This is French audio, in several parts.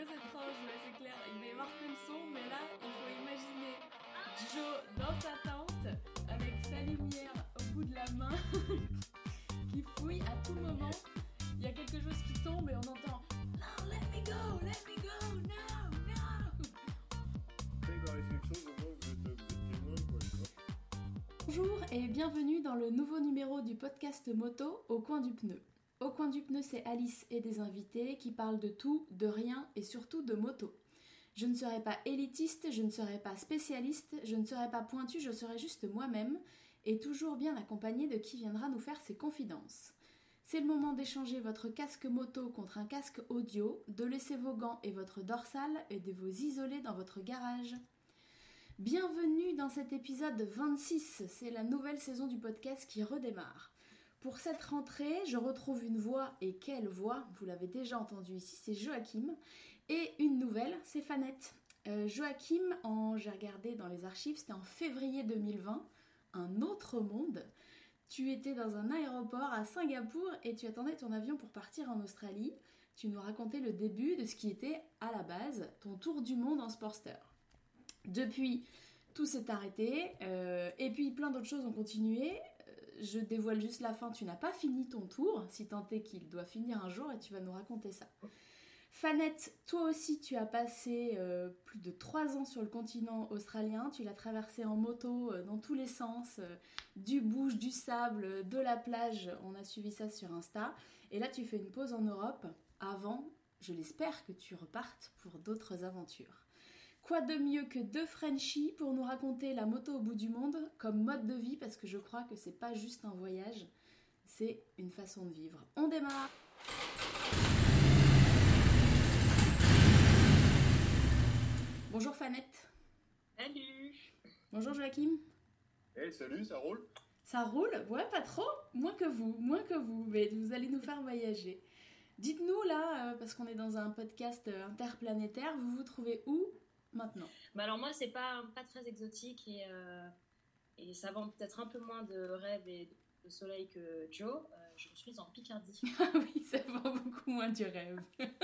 très étrange, ouais, c'est clair. Il va y avoir que le son, mais là, il faut imaginer Joe dans sa tente, avec sa lumière au bout de la main, qui fouille à tout moment. Il y a quelque chose qui tombe et on entend No, let me go, no, no. Fais la réflexion, je vois que vous êtes témoin, quoi, tu vois. Bonjour et bienvenue dans le nouveau numéro du podcast moto Au coin du pneu. Au coin du pneu, c'est Alice et des invités qui parlent de tout, de rien et surtout de moto. Je ne serai pas élitiste, je ne serai pas spécialiste, je ne serai pas pointue, je serai juste moi-même et toujours bien accompagnée de qui viendra nous faire ses confidences. C'est le moment d'échanger votre casque moto contre un casque audio, de laisser vos gants et votre dorsale et de vous isoler dans votre garage. Bienvenue dans cet épisode 26, c'est la nouvelle saison du podcast qui redémarre. Pour cette rentrée, je retrouve une voix, et quelle voix, vous l'avez déjà entendu ici, c'est Joachim, et une nouvelle, c'est Fanette. Joachim, j'ai regardé dans les archives, c'était en février 2020, un autre monde. Tu étais dans un aéroport à Singapour et tu attendais ton avion pour partir en Australie. Tu nous racontais le début de ce qui était, à la base, ton tour du monde en Sportster. Depuis, tout s'est arrêté, et puis plein d'autres choses ont continué. Je dévoile juste la fin, tu n'as pas fini ton tour, si tant est qu'il doit finir un jour, et tu vas nous raconter ça. Fanette, toi aussi tu as passé plus de 3 ans sur le continent australien, tu l'as traversé en moto dans tous les sens, du bush, du sable, de la plage, on a suivi ça sur Insta, et là tu fais une pause en Europe, avant, je l'espère, que tu repartes pour d'autres aventures. Quoi de mieux que deux Frenchies pour nous raconter la moto au bout du monde comme mode de vie, parce que je crois que c'est pas juste un voyage, c'est une façon de vivre. On démarre! Bonjour Fanette. Salut. Bonjour Joachim. Hey, salut, ça roule? Ça roule? Ouais, pas trop. Moins que vous, mais vous allez nous faire voyager. Dites-nous là, parce qu'on est dans un podcast interplanétaire, vous vous trouvez où maintenant? Bah alors moi c'est pas très exotique et ça vend peut-être un peu moins de rêve et de soleil que Joe. Je suis en Picardie. Ah oui, ça vend beaucoup moins du rêve.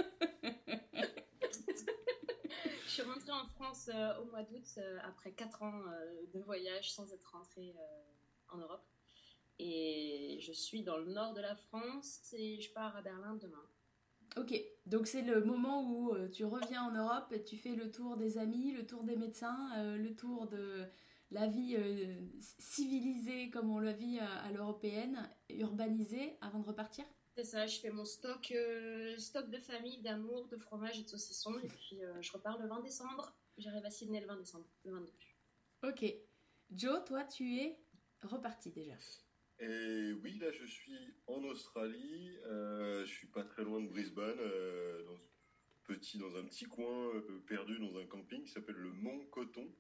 Je suis rentrée en France au mois d'août après 4 ans de voyage sans être rentrée en Europe. Et je suis dans le nord de la France et je pars à Berlin demain. Ok, donc c'est le moment où tu reviens en Europe et tu fais le tour des amis, le tour des médecins, le tour de la vie civilisée comme on la vit à l'européenne, urbanisée, avant de repartir. C'est ça, je fais mon stock de famille, d'amour, de fromage et de saucisson et puis je repars le 20 décembre. J'arrive à Sydney le 20 décembre, le 22. Ok, Joe, toi tu es reparti déjà. Et oui, là, je suis en Australie. Je suis pas très loin de Brisbane, dans un petit coin perdu dans un camping qui s'appelle le Mont Coton.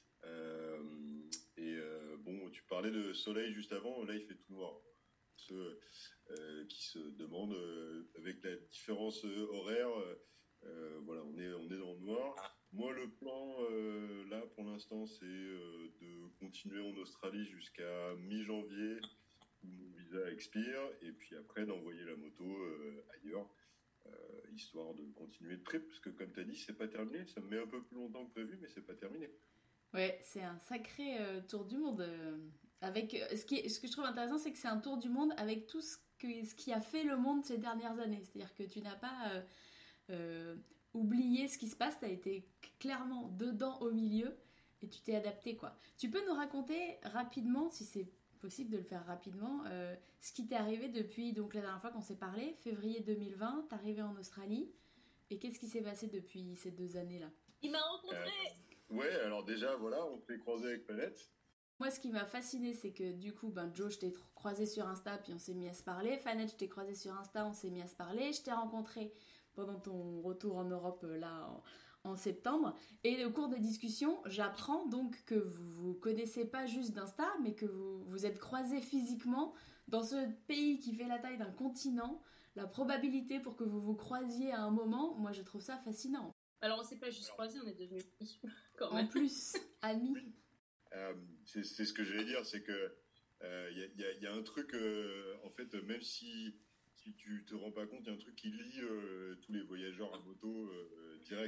Bon, tu parlais de soleil juste avant. Là, il fait tout noir. Ceux qui se demandent, avec la différence horaire, voilà, on est dans le noir. Moi, le plan, là, pour l'instant, c'est de continuer en Australie jusqu'à mi-janvier, où mon visa expire, et puis après d'envoyer la moto ailleurs, histoire de continuer le trip, parce que comme tu as dit, c'est pas terminé. Ça me met un peu plus longtemps que prévu, mais c'est pas terminé. Ouais, c'est un sacré tour du monde. Avec ce que je trouve intéressant, c'est que c'est un tour du monde avec tout ce qui a fait le monde ces dernières années. C'est-à-dire que tu n'as pas oublié ce qui se passe, tu as été clairement dedans au milieu et tu t'es adapté, quoi. Tu peux nous raconter rapidement, si c'est possible de le faire rapidement, ce qui t'est arrivé depuis donc la dernière fois qu'on s'est parlé, février 2020, t'es arrivé en Australie, et qu'est-ce qui s'est passé depuis ces 2 années-là? Il m'a rencontré. Ouais, alors déjà, voilà, on s'est croisé avec Planète. Moi, ce qui m'a fasciné, c'est que du coup, Joe, je t'ai croisé sur Insta, puis on s'est mis à se parler. Fanette, je t'ai croisé sur Insta, on s'est mis à se parler. Je t'ai rencontré pendant ton retour en Europe, là, en septembre. Et au cours des discussions, j'apprends donc que vous connaissez pas juste d'Insta, mais que vous êtes croisés physiquement dans ce pays qui fait la taille d'un continent. La probabilité pour que vous vous croisiez à un moment, moi, je trouve ça fascinant. Alors on s'est pas juste croisés, on est devenus amis quand En même. plus, amis. C'est ce que j'allais dire, c'est que y a un truc, en fait, même si tu te rends pas compte, il y a un truc qui lie tous les voyageurs à moto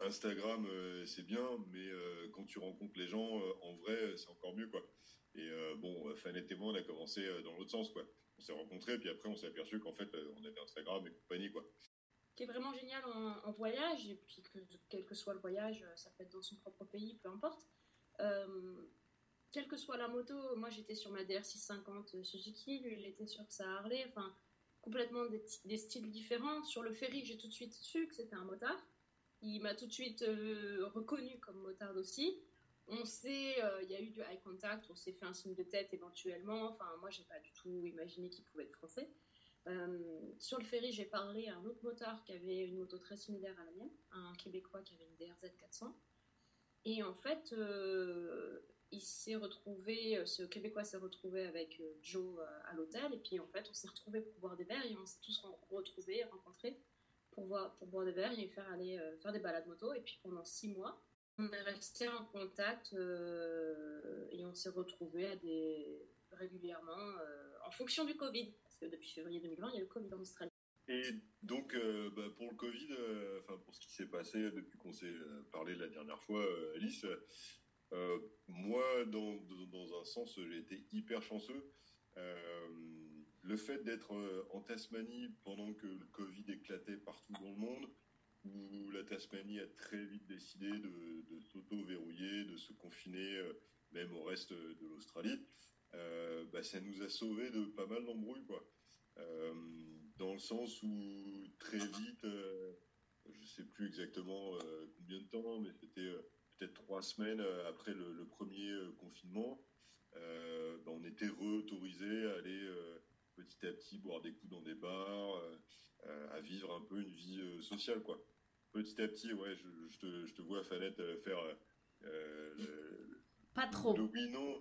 Instagram, c'est bien, mais quand tu rencontres les gens en vrai, c'est encore mieux, quoi. Et Fanette et moi, on a commencé dans l'autre sens, quoi. On s'est rencontrés, puis après, on s'est aperçu qu'en fait, on avait Instagram et compagnie, quoi. Ce qui est vraiment génial en voyage, et puis quel que soit le voyage, ça peut être dans son propre pays, peu importe. Quelle que soit la moto, moi j'étais sur ma DR650 Suzuki, lui il était sur sa Harley, enfin complètement des styles différents. Sur le ferry, j'ai tout de suite su que c'était un motard. Il m'a tout de suite reconnu comme motard aussi. On sait, il y a eu du eye contact, on s'est fait un signe de tête éventuellement. Enfin, moi, j'ai pas du tout imaginé qu'il pouvait être français. Sur le ferry, j'ai parlé à un autre motard qui avait une moto très similaire à la mienne, un Québécois qui avait une DRZ 400. Et en fait, il s'est retrouvé, ce Québécois s'est retrouvé avec Joe à l'hôtel. Et puis en fait, on s'est retrouvés pour boire des verres et on s'est tous retrouvés, rencontrés pour boire des verres et faire des balades moto. Et puis pendant 6 mois, on est resté en contact et on s'est retrouvés régulièrement en fonction du Covid. Parce que depuis février 2020, il y a eu le Covid en Australie. Et donc, pour le Covid, pour ce qui s'est passé depuis qu'on s'est parlé la dernière fois, Alice, moi, dans un sens, j'ai été hyper chanceux. Le fait d'être en Tasmanie pendant que le Covid éclatait partout dans le monde, où la Tasmanie a très vite décidé de s'auto-verrouiller, de se confiner même au reste de l'Australie, ça nous a sauvés de pas mal d'embrouilles, quoi. Dans le sens où très vite, je sais plus exactement combien de temps, mais c'était peut-être 3 semaines après le premier confinement, on était autorisé à aller petit à petit boire des coups dans des bars, à vivre un peu une vie sociale, quoi. Petit à petit, ouais, je te vois, Fanette, faire pas trop. Le oui, non.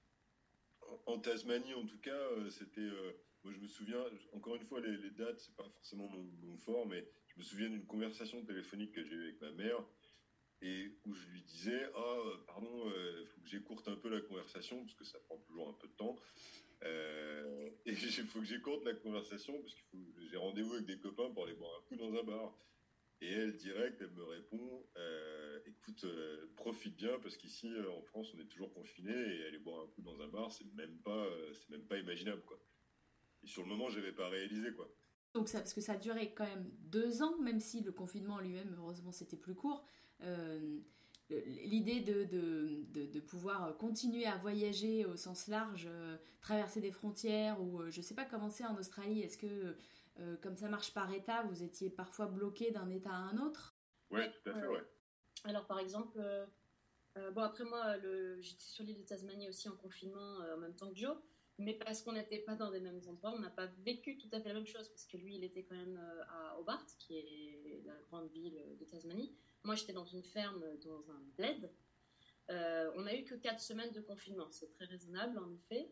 En Tasmanie, en tout cas, c'était... moi, je me souviens, encore une fois, les dates, c'est pas forcément mon fort, mais je me souviens d'une conversation téléphonique que j'ai eue avec ma mère, et où je lui disais, pardon, faut que j'écourte un peu la conversation, parce que ça prend toujours un peu de temps. Et il faut que j'écourte la conversation, parce que j'ai rendez-vous avec des copains pour aller boire un coup dans un bar. Et elle, direct, elle me répond, écoute, profite bien, parce qu'ici, en France, on est toujours confiné, et aller boire un coup dans un bar, c'est même pas imaginable, quoi. Et sur le moment, j'avais pas réalisé, quoi. Donc parce que ça a duré quand même 2 ans, même si le confinement lui-même, heureusement, c'était plus court. L'idée de pouvoir continuer à voyager au sens large, traverser des frontières, ou je sais pas comment c'est en Australie, est-ce que comme ça marche par état, vous étiez parfois bloqué d'un état à un autre? Ouais, tout à fait, ouais. Alors par exemple, après moi, j'étais sur l'île de Tasmanie aussi en confinement en même temps que Joe, mais parce qu'on n'était pas dans les mêmes endroits, on n'a pas vécu tout à fait la même chose, parce que lui, il était quand même à Hobart, qui est la grande ville de Tasmanie. Moi, j'étais dans une ferme, dans un bled. On n'a eu que 4 semaines de confinement, c'est très raisonnable en effet.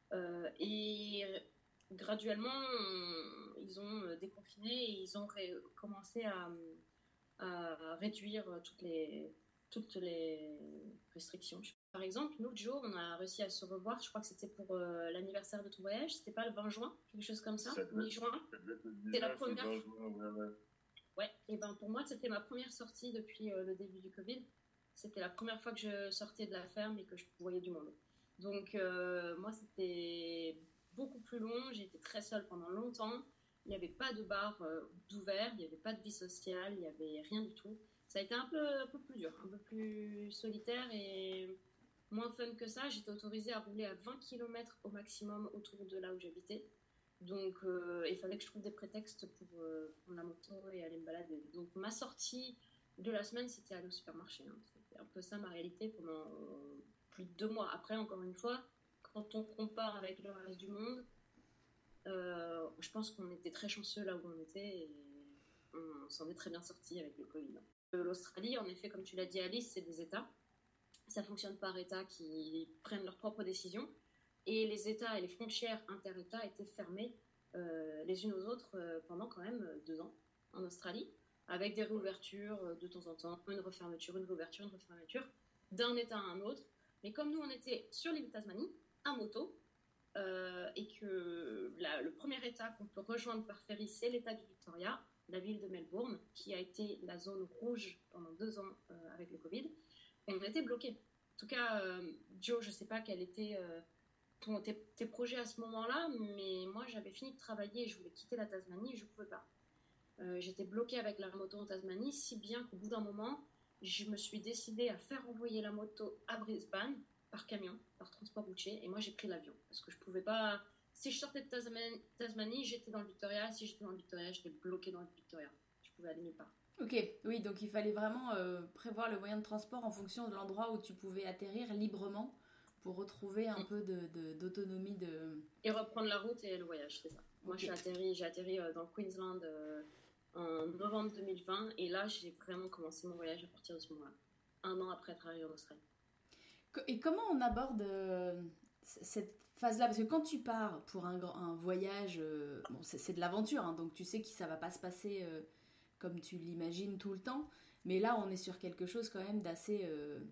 Et graduellement, ils ont déconfiné et ils ont commencé à réduire toutes les restrictions. Par exemple, nous, Joe, on a réussi à se revoir, je crois que c'était pour l'anniversaire de ton voyage, c'était pas le 20 juin, quelque chose comme ça, mi-juin. C'était la première fois. Ouais, et ben pour moi, c'était ma première sortie depuis le début du Covid. C'était la première fois que je sortais de la ferme et que je voyais du monde. Donc, moi, c'était beaucoup plus long. J'ai été très seule pendant longtemps. Il n'y avait pas de bar d'ouvert, il n'y avait pas de vie sociale, il n'y avait rien du tout. Ça a été un peu plus dur, un peu plus solitaire et moins fun que ça. J'étais autorisée à rouler à 20 km au maximum autour de là où j'habitais. Donc, il fallait que je trouve des prétextes pour prendre la moto et aller me balader. Donc, ma sortie de la semaine, c'était aller au supermarché. Hein. C'était un peu ça ma réalité pendant plus de 2 mois. Après, encore une fois, quand on compare avec le reste du monde, je pense qu'on était très chanceux là où on était et on s'en est très bien sorti avec le Covid. L'Australie, en effet, comme tu l'as dit, Alice, c'est des États. Ça fonctionne par États qui prennent leurs propres décisions. Et les États et les frontières inter-États étaient fermées les unes aux autres pendant quand même 2 ans en Australie, avec des réouvertures de temps en temps, une refermeture, une réouverture, une refermeture, d'un État à un autre. Mais comme nous, on était sur l'île de Tasmanie, à moto, et que le premier État qu'on peut rejoindre par ferry, c'est l'État du Victoria, la ville de Melbourne, qui a été la zone rouge pendant 2 ans avec le Covid. Et on était bloqués. En tout cas, Joe, je ne sais pas quel était tes projets à ce moment-là, mais moi, j'avais fini de travailler et je voulais quitter la Tasmanie et je ne pouvais pas. J'étais bloquée avec la moto en Tasmanie, si bien qu'au bout d'un moment, je me suis décidée à faire envoyer la moto à Brisbane par camion, par transport routier, et moi j'ai pris l'avion parce que je pouvais pas. Si je sortais de Tasmanie, j'étais dans le Victoria. Si j'étais dans le Victoria, j'étais bloquée dans le Victoria. Je pouvais aller nulle part. Ok, oui, donc il fallait vraiment prévoir le moyen de transport en fonction de l'endroit où tu pouvais atterrir librement pour retrouver un peu d'autonomie Et reprendre la route et le voyage, c'est ça. Moi, j'ai atterri dans le Queensland en novembre 2020 et là, j'ai vraiment commencé mon voyage à partir de ce moment-là, 1 an après être arrivée en Australie. Et comment on aborde cette phase-là? Parce que quand tu pars pour un voyage, bon, c'est de l'aventure, hein, donc tu sais que ça va pas se passer comme tu l'imagines tout le temps, mais là, on est sur quelque chose quand même d'assez...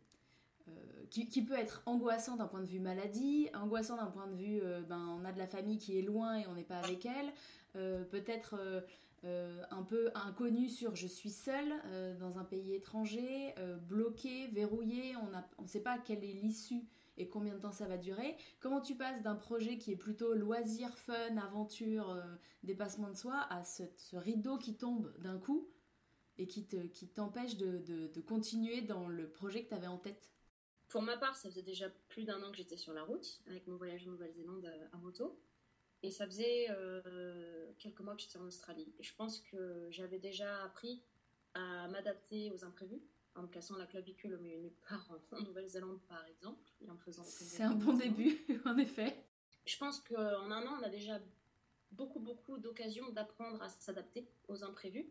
qui peut être angoissant d'un point de vue maladie, angoissant d'un point de vue on a de la famille qui est loin et on n'est pas avec elle, peut-être un peu inconnu sur je suis seule dans un pays étranger, bloqué, verrouillé, on ne sait pas quelle est l'issue et combien de temps ça va durer. Comment tu passes d'un projet qui est plutôt loisir, fun, aventure, dépassement de soi à ce rideau qui tombe d'un coup et qui t'empêche de continuer dans le projet que tu avais en tête? Pour ma part, ça faisait déjà plus d'1 an que j'étais sur la route avec mon voyage en Nouvelle-Zélande à moto. Et ça faisait quelques mois que j'étais en Australie. Et je pense que j'avais déjà appris à m'adapter aux imprévus, en me cassant la clavicule au milieu de nulle part en Nouvelle-Zélande, par exemple. Et en faisant C'est un bon début, en effet. Je pense qu'en 1 an, on a déjà beaucoup d'occasions d'apprendre à s'adapter aux imprévus,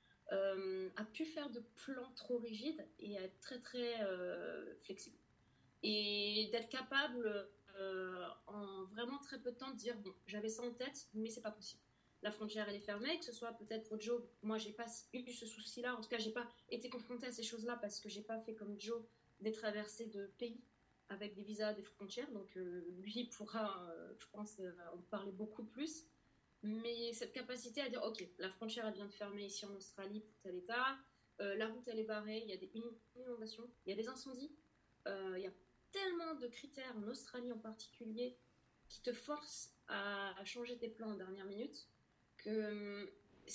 à plus faire de plans trop rigides et à être très flexible. Et d'être capable en vraiment très peu de temps de dire bon, j'avais ça en tête, mais c'est pas possible. La frontière elle est fermée, que ce soit peut-être pour Joe, moi j'ai pas eu ce souci-là, en tout cas j'ai pas été confrontée à ces choses-là parce que j'ai pas fait comme Joe des traversées de pays avec des visas, des frontières, donc lui pourra, je pense, en parler beaucoup plus. Mais cette capacité à dire ok, la frontière elle vient de fermer ici en Australie pour tel état, la route elle est barrée, il y a des inondations, il y a des incendies, il y a tellement de critères en Australie en particulier qui te forcent à changer tes plans en dernière minute que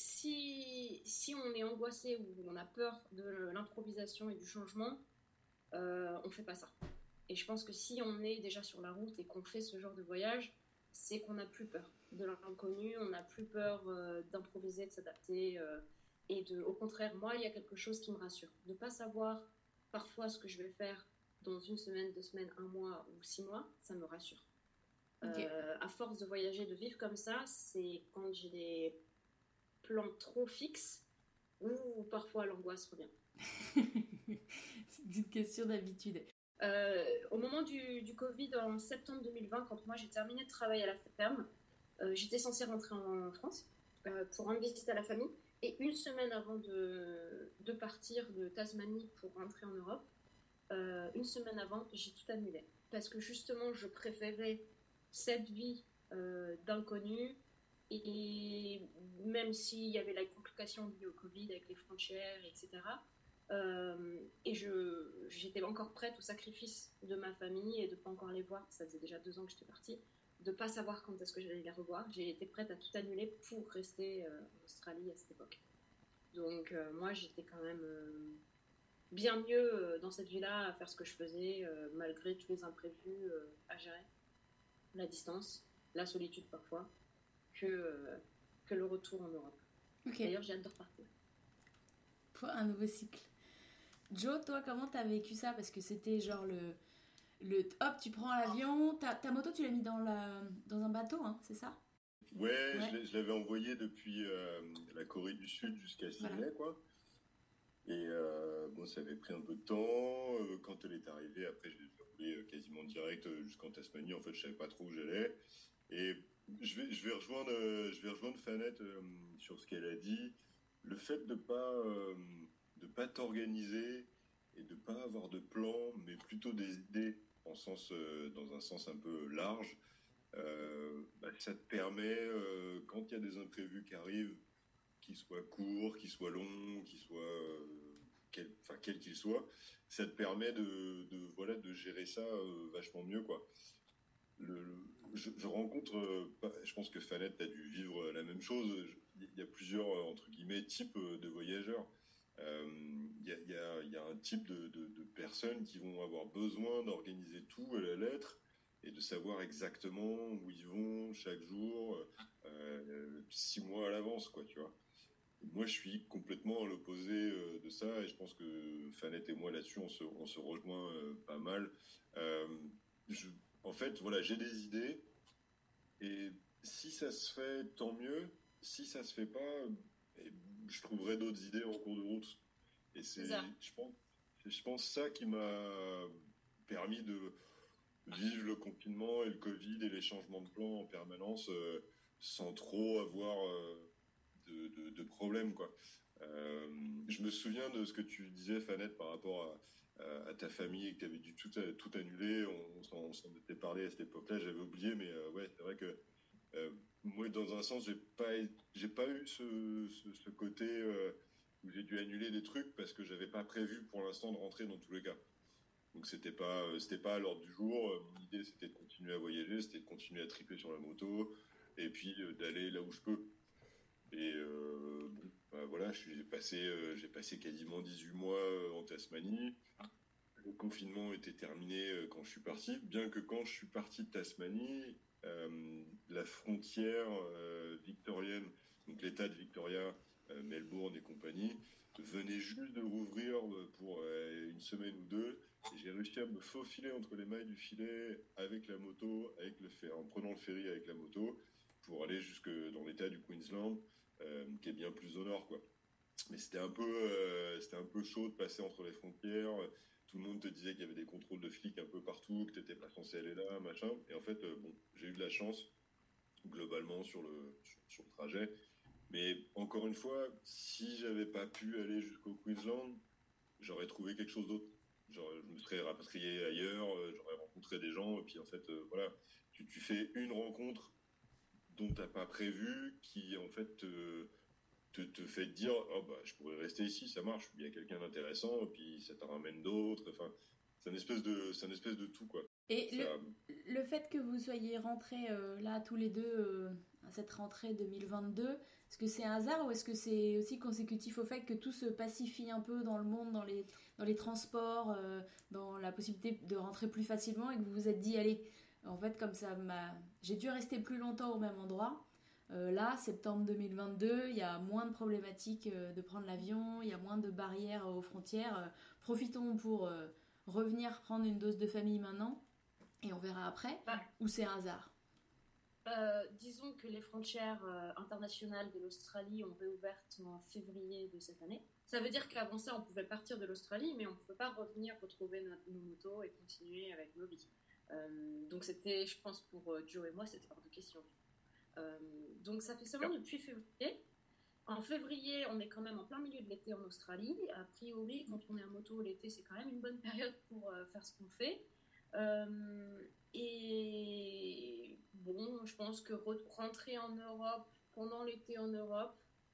si on est angoissé ou on a peur de l'improvisation et du changement, on fait pas ça. Et je pense que si on est déjà sur la route et qu'on fait ce genre de voyage, c'est qu'on n'a plus peur de l'inconnu, on n'a plus peur d'improviser, de s'adapter. Au contraire, moi, il y a quelque chose qui me rassure. De ne pas savoir parfois ce que je vais faire dans 1 semaine, 2 semaines, 1 mois ou 6 mois, ça me rassure. Okay. À force de voyager, de vivre comme ça, c'est quand j'ai des plans trop fixes où parfois l'angoisse revient. C'est une question d'habitude. Au moment du Covid, en septembre 2020, quand moi j'ai terminé de travailler à la ferme, j'étais censée rentrer en France pour rendre visite à la famille. Et 1 semaine avant de partir de Tasmanie pour rentrer en Europe, 1 semaine avant, j'ai tout annulé. Parce que justement, je préférais cette vie d'inconnu. Et même s'il y avait la complication liée au Covid avec les frontières, etc. Et j'étais encore prête au sacrifice de ma famille et de ne pas encore les voir. Ça faisait déjà 2 ans que j'étais partie. De ne pas savoir quand est-ce que j'allais les revoir. J'ai été prête à tout annuler pour rester en Australie à cette époque. Donc moi, j'étais quand même bien mieux dans cette vie-là à faire ce que je faisais, malgré tous les imprévus à gérer. La distance, la solitude parfois, que le retour en Europe. Okay. D'ailleurs, j'ai hâte de repartir. Pour un nouveau cycle. Joe, toi, comment t'as vécu ça? Parce que c'était genre hop, tu prends l'avion, ta moto, tu l'as mis dans un bateau, hein, c'est ça? Ouais. Je l'avais envoyée depuis la Corée du Sud jusqu'à Sydney, voilà. Quoi. Et bon, ça avait pris un peu de temps. Quand elle est arrivée, après, je l'ai roulée quasiment direct jusqu'en Tasmanie. En fait, je savais pas trop où j'allais. Et je vais rejoindre Fanette sur ce qu'elle a dit. Le fait de pas t'organiser et de pas avoir de plan, mais plutôt des idées dans un sens un peu large, Ça te permet, quand il y a des imprévus qui arrivent, qu'ils soient courts, qu'ils soient longs, qu'ils soient quel qu'il soit, ça te permet voilà, de gérer ça vachement mieux, quoi. Je rencontre, je pense que Fanette a dû vivre la même chose. Il y a plusieurs, entre guillemets, types de voyageurs. Il y a un type de personnes qui vont avoir besoin d'organiser tout à la lettre et de savoir exactement où ils vont chaque jour, 6 mois à l'avance, quoi, tu vois. Moi, je suis complètement à l'opposé de ça, et je pense que Fanette et moi là-dessus, on se rejoint pas mal. Euh, je, En fait, voilà, j'ai des idées, et si ça se fait, tant mieux. Si ça se fait pas, eh, je trouverai d'autres idées en cours de route. Et C'est ça. je pense ça qui m'a permis de vivre le confinement et le Covid et les changements de plan en permanence sans trop avoir de problèmes, quoi. Je me souviens de ce que tu disais, Fanette, par rapport à ta famille et que tu avais dû tout annuler. On s'en était parlé à cette époque-là, j'avais oublié, mais ouais, c'est vrai que moi, dans un sens, j'ai pas eu ce côté où j'ai dû annuler des trucs parce que j'avais pas prévu pour l'instant de rentrer dans tous les cas. Donc c'était pas à l'ordre du jour. Mon idée c'était de continuer à voyager, c'était de continuer à triper sur la moto et puis d'aller là où je peux. Et voilà, j'ai passé quasiment 18 mois en Tasmanie. Le confinement était terminé quand je suis parti, bien que quand je suis parti de Tasmanie, la frontière victorienne, donc l'État de Victoria, Melbourne et compagnie, venait juste de rouvrir pour une semaine ou deux. Et j'ai réussi à me faufiler entre les mailles du filet avec la moto, en prenant le ferry avec la moto, pour aller jusque dans l'État du Queensland, qui est bien plus au nord, quoi. Mais c'était un peu chaud de passer entre les frontières. Tout le monde te disait qu'il y avait des contrôles de flics un peu partout, que tu n'étais pas censé aller là, machin. Et en fait, bon, j'ai eu de la chance globalement sur le trajet. Mais encore une fois, si j'avais pas pu aller jusqu'au Queensland, j'aurais trouvé quelque chose d'autre. Genre, je me serais rapatrié ailleurs, j'aurais rencontré des gens, et puis en fait, voilà, tu fais une rencontre dont t'as pas prévu, qui en fait te fait dire oh, bah, je pourrais rester ici, ça marche, il y a quelqu'un d'intéressant, et puis ça t'en ramène d'autres. Enfin, c'est une espèce de tout, quoi. Et Ça, le fait que vous soyez rentrés là tous les deux à cette rentrée 2022, est-ce que c'est un hasard ou est-ce que c'est aussi consécutif au fait que tout se pacifie un peu dans le monde, dans les transports, dans la possibilité de rentrer plus facilement et que vous vous êtes dit allez, en fait comme j'ai dû rester plus longtemps au même endroit. Là, septembre 2022, il y a moins de problématiques de prendre l'avion, il y a moins de barrières aux frontières. Profitons pour revenir prendre une dose de famille maintenant et on verra après, ou c'est un hasard? Disons que les frontières internationales de l'Australie ont réouvert en février de cette année. Ça veut dire qu'avant ça, on pouvait partir de l'Australie, mais on ne pouvait pas revenir retrouver nos motos et continuer avec nos vies. Donc c'était, je pense, pour Joe et moi, c'était hors de question. Donc ça fait seulement depuis février. En février, on est quand même en plein milieu de l'été en Australie. A priori, quand on est en moto l'été, c'est quand même une bonne période pour faire ce qu'on fait. Et bon, je pense que rentrer en Europe pendant l'été en Europe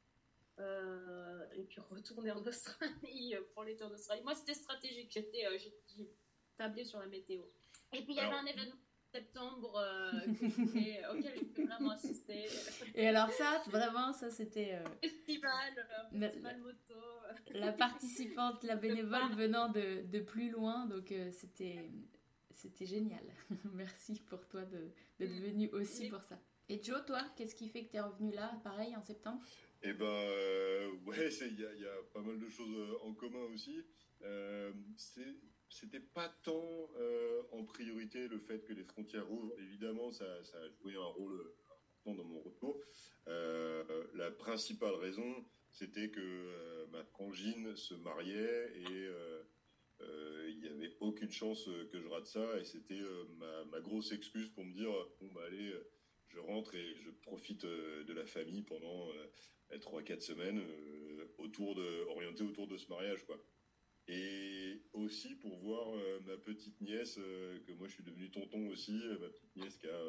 et puis retourner en Australie pour l'été en Australie. Moi, c'était stratégique. J'ai tablé sur la météo. Et puis il y avait un événement en septembre auquel je peux vraiment assister. Et alors ça, vraiment, ça c'était... festival moto. La participante, la bénévole venant de plus loin, donc c'était génial. Merci pour toi d'être venue aussi pour ça. Et Joe, toi, qu'est-ce qui fait que tu es revenu là, pareil, en septembre? Eh ben, ouais, il y a pas mal de choses en commun aussi. C'était pas tant en priorité le fait que les frontières ouvrent. Évidemment, ça a joué un rôle important dans mon retour. La principale raison, c'était que ma frangine se mariait et il n'y avait aucune chance que je rate ça. Et c'était ma grosse excuse pour me dire bon, bah allez, je rentre et je profite de la famille pendant 3-4 semaines orienté autour de ce mariage, quoi. Et aussi pour voir ma petite nièce, que moi je suis devenu tonton aussi, ma petite nièce qui a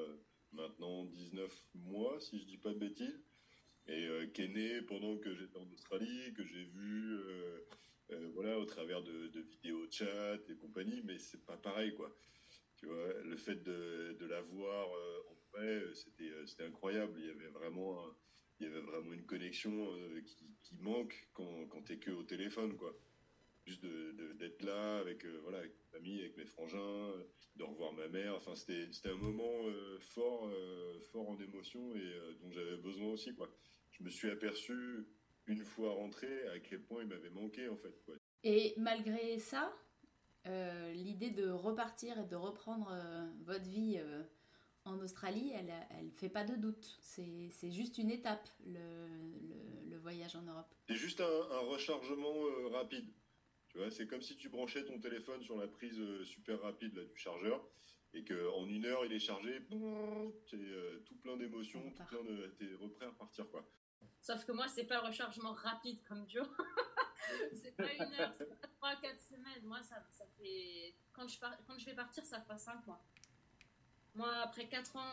maintenant 19 mois, si je dis pas de bêtises, et qui est né pendant que j'étais en Australie, que j'ai vu voilà, au travers de vidéos chat et compagnie, mais c'est pas pareil, quoi. Tu vois, le fait de la voir en vrai, c'était incroyable. Il y avait vraiment une connexion qui manque quand t'es que au téléphone, quoi. Juste d'être là avec, voilà, avec ma famille, avec mes frangins, de revoir ma mère. Enfin, c'était un moment fort en émotion et dont j'avais besoin aussi, quoi. Je me suis aperçu, une fois rentré, à quel point il m'avait manqué, en fait, quoi. Et malgré ça, l'idée de repartir et de reprendre votre vie en Australie, elle fait pas de doute. C'est juste une étape, le voyage en Europe. C'est juste un rechargement rapide. Tu vois, c'est comme si tu branchais ton téléphone sur la prise super rapide là, du chargeur et qu'en 1 heure, il est chargé, t'es tout plein d'émotions, tout plein de... T'es reprêt à repartir, quoi. Sauf que moi, c'est pas un rechargement rapide comme Joe. C'est pas 1 heure, c'est pas 3, 4 semaines. Moi, ça fait... Quand je vais partir, ça fait 5 mois. Moi, après 4 ans...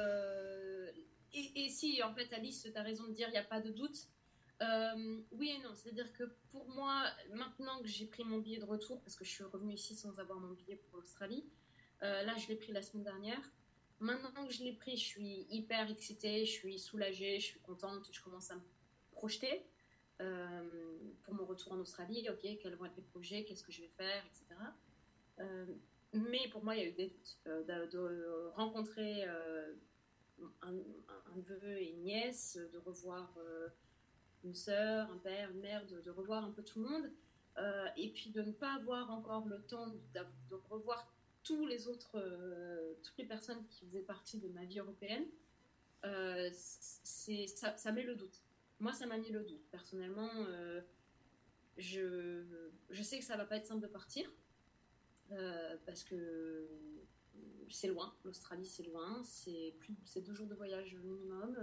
Et si, en fait, Alice, tu as raison de dire, il n'y a pas de doute. Oui et non. C'est-à-dire que pour moi, maintenant que j'ai pris mon billet de retour, parce que je suis revenue ici sans avoir mon billet pour l'Australie, là, je l'ai pris la semaine dernière. Maintenant que je l'ai pris, je suis hyper excitée, je suis soulagée, je suis contente, je commence à me projeter pour mon retour en Australie. Ok, quels vont être mes projets, qu'est-ce que je vais faire, etc. Mais pour moi, il y a eu des doutes. De rencontrer un neveu et une nièce, de revoir une sœur, un père, une mère, de revoir un peu tout le monde. Et puis de ne pas avoir encore le temps de revoir toutes les personnes qui faisaient partie de ma vie européenne, ça met le doute. Moi, ça m'a mis le doute. Personnellement, je sais que ça va pas être simple de partir, parce que c'est loin. L'Australie, c'est loin. C'est 2 jours de voyage minimum.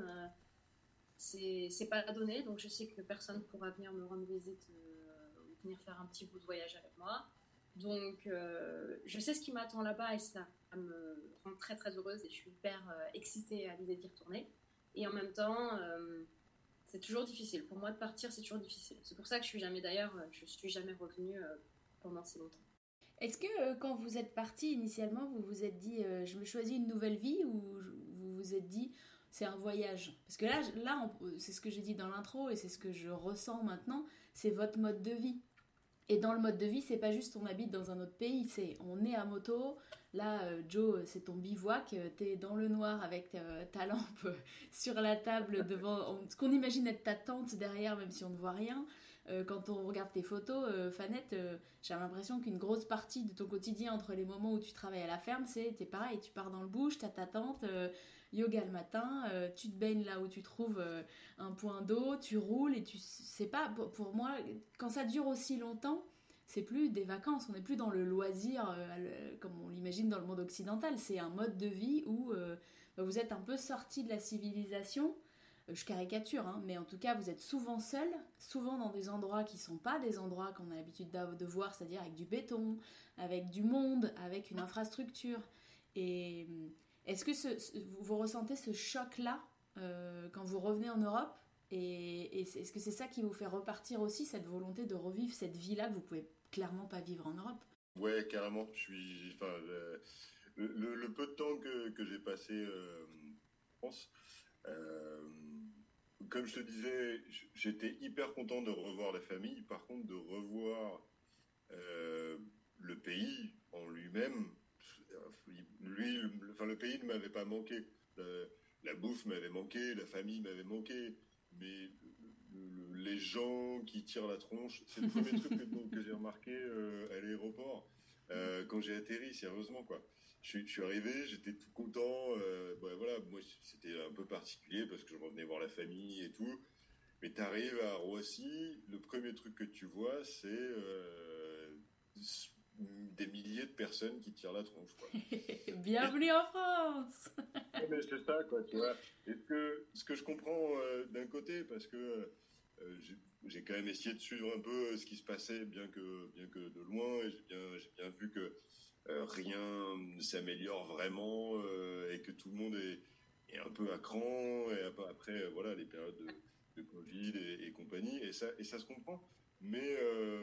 C'est pas donné, donc je sais que personne pourra venir me rendre visite ou venir faire un petit bout de voyage avec moi. Donc, je sais ce qui m'attend là-bas et ça me rend très très heureuse et je suis hyper excitée à l'idée d'y retourner. Et en même temps, c'est toujours difficile. Pour moi, de partir, c'est toujours difficile. C'est pour ça que je suis jamais revenue pendant si longtemps. Est-ce que quand vous êtes parti initialement, vous vous êtes dit je me choisis une nouvelle vie ou vous vous êtes dit c'est un voyage? Parce que là c'est ce que j'ai dit dans l'intro et c'est ce que je ressens maintenant, c'est votre mode de vie. Et dans le mode de vie, c'est pas juste on habite dans un autre pays, c'est on est à moto. Là, Joe, c'est ton bivouac, t'es dans le noir avec ta lampe sur la table devant ce qu'on imagine être ta tente derrière, même si on ne voit rien. Quand on regarde tes photos, Fanette, j'ai l'impression qu'une grosse partie de ton quotidien entre les moments où tu travailles à la ferme, t'es pareil, tu pars dans le bush, t'as ta tente, yoga le matin, tu te baignes là où tu trouves un point d'eau, tu roules et tu sais pas, pour moi, quand ça dure aussi longtemps, c'est plus des vacances, on n'est plus dans le loisir comme on l'imagine dans le monde occidental, c'est un mode de vie où vous êtes un peu sorti de la civilisation. Je caricature, hein, mais en tout cas, vous êtes souvent seul, souvent dans des endroits qui ne sont pas des endroits qu'on a l'habitude de voir, c'est-à-dire avec du béton, avec du monde, avec une infrastructure. Et est-ce que vous ressentez ce choc-là quand vous revenez en Europe et est-ce que c'est ça qui vous fait repartir aussi, cette volonté de revivre cette vie-là que vous pouvez clairement pas vivre en Europe? Ouais, carrément. Enfin, le peu de temps que j'ai passé en France, euh, comme je te disais, j'étais hyper content de revoir la famille. Par contre, de revoir le pays en lui-même, enfin, le pays ne m'avait pas manqué. La bouffe m'avait manqué, la famille m'avait manqué, mais les gens qui tirent la tronche, c'est le premier truc que j'ai remarqué à l'aéroport quand j'ai atterri, sérieusement, quoi. Je suis arrivé, j'étais tout content. Voilà, moi, c'était un peu particulier parce que je revenais voir la famille et tout. Mais t'arrives à Roissy, le premier truc que tu vois, c'est des milliers de personnes qui tirent la tronche, quoi. Bienvenue en France. Mais c'est ça, quoi, tu vois. Et ce que je comprends d'un côté, parce que j'ai quand même essayé de suivre un peu ce qui se passait, bien que de loin, et j'ai bien vu que rien ne s'améliore vraiment et que tout le monde et un peu à cran, et après, voilà, les périodes de Covid et compagnie, et ça se comprend. Mais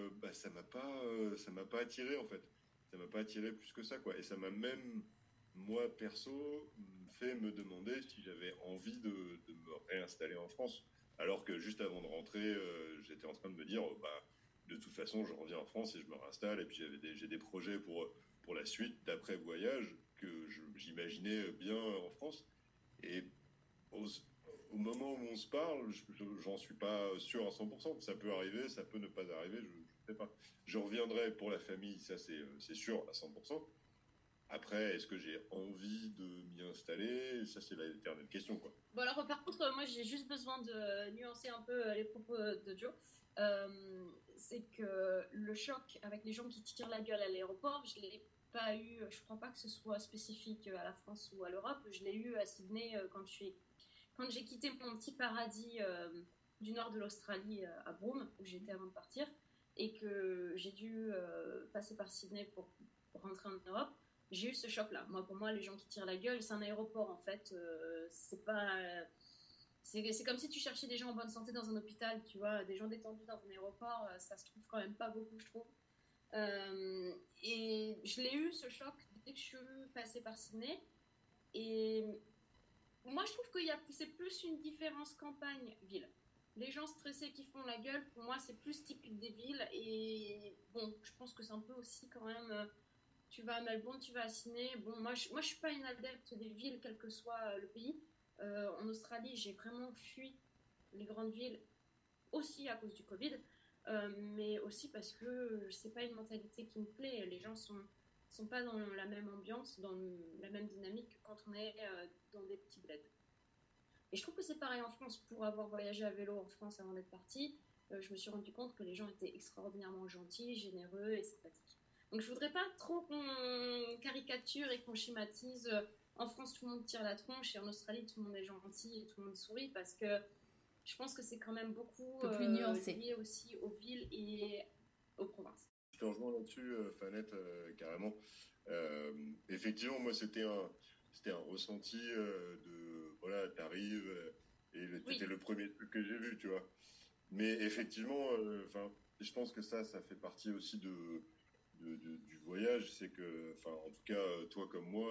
ça m'a pas attiré, en fait. Ça m'a pas attiré plus que ça, quoi. Et ça m'a même, moi, perso, fait me demander si j'avais envie de me réinstaller en France. Alors que juste avant de rentrer, j'étais en train de me dire, de toute façon, je reviens en France et je me réinstalle. Et puis j'ai des projets pour la suite d'après voyage que j'imaginais bien en France. Et au, au moment où on se parle, j'en suis pas sûr à 100%. Ça peut arriver, ça peut ne pas arriver, je sais pas. Je reviendrai pour la famille, ça c'est sûr à 100%. Après, est-ce que j'ai envie de m'y installer? Ça, c'est l'éternelle question, quoi. Bon, alors par contre, moi j'ai juste besoin de nuancer un peu les propos de Joe. C'est que le choc avec les gens qui tirent la gueule à l'aéroport, je l'ai pas eu, je crois pas que ce soit spécifique à la France ou à l'Europe, je l'ai eu à Sydney quand j'ai quitté mon petit paradis du nord de l'Australie à Broome, où j'étais avant de partir, et que j'ai dû passer par Sydney pour rentrer en Europe. J'ai eu ce choc-là. Pour moi, les gens qui tirent la gueule, c'est un aéroport en fait. C'est pas. C'est comme si tu cherchais des gens en bonne santé dans un hôpital, tu vois, des gens détendus dans un aéroport, ça se trouve quand même pas beaucoup, je trouve. Et je l'ai eu ce choc dès que je suis passée par Sydney. Et moi, je trouve c'est plus une différence campagne-ville. Les gens stressés qui font la gueule, pour moi, c'est plus typique des villes. Et bon, je pense que c'est un peu aussi quand même. Tu vas à Melbourne, tu vas à Sydney. Bon, moi, je suis pas une adepte des villes, quel que soit le pays. En Australie, j'ai vraiment fui les grandes villes aussi à cause du Covid, mais aussi parce que c'est pas une mentalité qui me plaît. Les gens sont pas dans la même ambiance, dans la même dynamique que quand on est dans des petits bleds. Et je trouve que c'est pareil en France. Pour avoir voyagé à vélo en France avant d'être partie, je me suis rendu compte que les gens étaient extraordinairement gentils, généreux et sympathiques. Donc je voudrais pas trop qu'on caricature et qu'on schématise. En France, tout le monde tire la tronche et en Australie, tout le monde est gentil et tout le monde sourit parce que je pense que c'est quand même beaucoup plus nuancé. lié aussi aux villes et aux provinces. Je te rejoins là-dessus, Fanette, carrément. Effectivement, moi, c'était un ressenti voilà, t'arrives et t'étais le premier truc que j'ai vu, tu vois. Mais effectivement, je pense que ça fait partie aussi du voyage. C'est que, en tout cas, toi comme moi,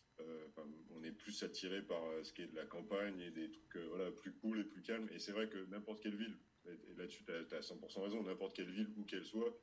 on est plus attiré par ce qui est de la campagne et des trucs voilà, plus cool et plus calmes. Et c'est vrai que n'importe quelle ville, et là-dessus, tu as 100% raison, n'importe quelle ville, où qu'elle soit,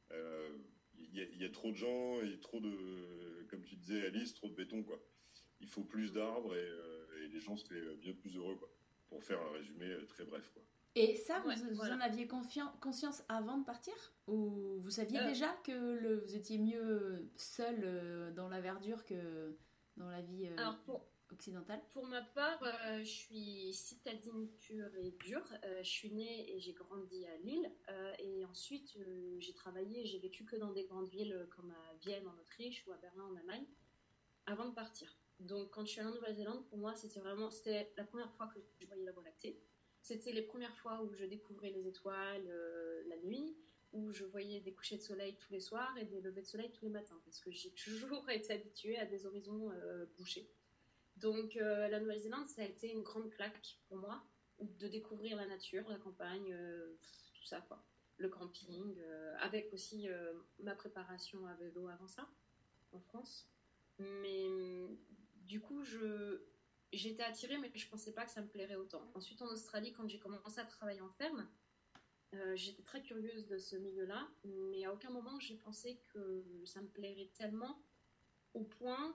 il y a trop de gens et trop de, comme tu disais Alice, trop de béton, quoi. Il faut plus d'arbres et les gens seraient bien plus heureux, quoi. Pour faire un résumé très bref, quoi. Et ça, vous en aviez conscience avant de partir? Ou vous saviez déjà que vous étiez mieux seul dans la verdure que dans la vie occidentale? Pour ma part, je suis citadine pure et dure. Je suis née et j'ai grandi à Lille. Et ensuite, j'ai travaillé, j'ai vécu que dans des grandes villes comme à Vienne en Autriche ou à Berlin en Allemagne avant de partir. Donc quand je suis allée en Nouvelle-Zélande, pour moi, c'était la première fois que je voyais la Voie lactée. C'était les premières fois où je découvrais les étoiles la nuit, où je voyais des couchers de soleil tous les soirs et des levées de soleil tous les matins, parce que j'ai toujours été habituée à des horizons bouchés. Donc la Nouvelle-Zélande, ça a été une grande claque pour moi, de découvrir la nature, la campagne, tout ça, quoi. Le camping, avec aussi ma préparation à vélo avant ça, en France. Mais du coup, j'étais attirée, mais je pensais pas que ça me plairait autant. Ensuite, en Australie, quand j'ai commencé à travailler en ferme, j'étais très curieuse de ce milieu-là, mais à aucun moment j'ai pensé que ça me plairait tellement au point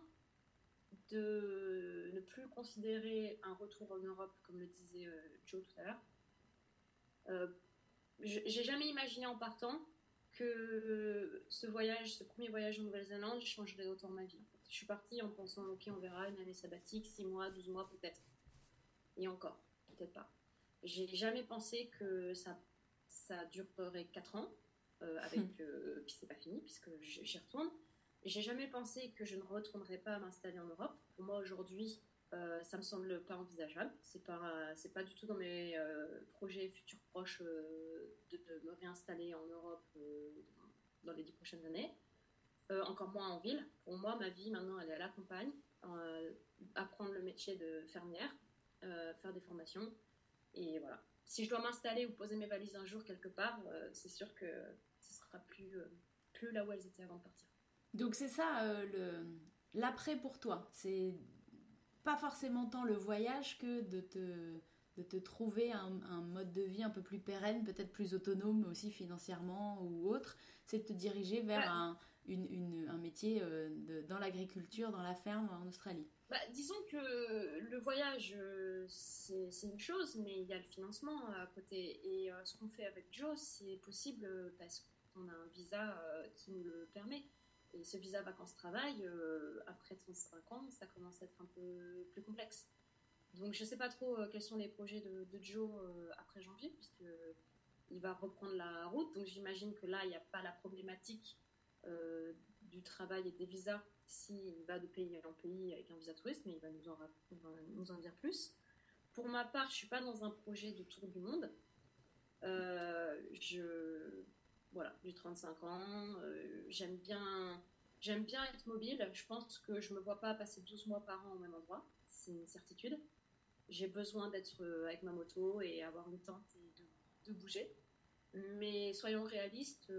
de ne plus considérer un retour en Europe, comme le disait Joe tout à l'heure. J'ai jamais imaginé en partant que ce premier voyage en Nouvelle-Zélande changerait autant ma vie. En fait. Je suis partie en pensant, ok, on verra, une année sabbatique, 6 mois, 12 mois peut-être. Et encore, peut-être pas. J'ai jamais pensé que ça durerait 4 ans, puis c'est pas fini, puisque j'y retourne. J'ai jamais pensé que je ne retournerais pas m'installer en Europe. Pour moi, aujourd'hui, ça me semble pas envisageable. C'est pas du tout dans mes projets futurs proches de me réinstaller en Europe dans les 10 prochaines années. Encore moins en ville. Pour moi, ma vie maintenant, elle est à la campagne. apprendre le métier de fermière, faire des formations. Et voilà. Si je dois m'installer ou poser mes valises un jour quelque part, c'est sûr que ce sera plus là où elles étaient avant de partir. Donc c'est ça l'après pour toi. C'est pas forcément tant le voyage que de te trouver un mode de vie un peu plus pérenne, peut-être plus autonome aussi financièrement ou autre. C'est de te diriger vers un métier dans l'agriculture, dans la ferme en Australie. Disons que le voyage, c'est une chose, mais il y a le financement à côté. Et ce qu'on fait avec Joe, c'est possible parce qu'on a un visa qui nous le permet. Et ce visa vacances-travail, après 35 ans, ça commence à être un peu plus complexe. Donc je ne sais pas trop quels sont les projets de Joe après janvier, puisqu'il va reprendre la route. Donc j'imagine que là, il n'y a pas la problématique du travail et des visas s'il va de pays en pays avec un visa touriste, mais il va nous en dire plus. Pour ma part, je ne suis pas dans un projet de tour du monde. Voilà, j'ai 35 ans, j'aime bien être mobile. Je pense que je ne me vois pas passer 12 mois par an au même endroit, c'est une certitude. J'ai besoin d'être avec ma moto et avoir une tente et de bouger. Mais soyons réalistes,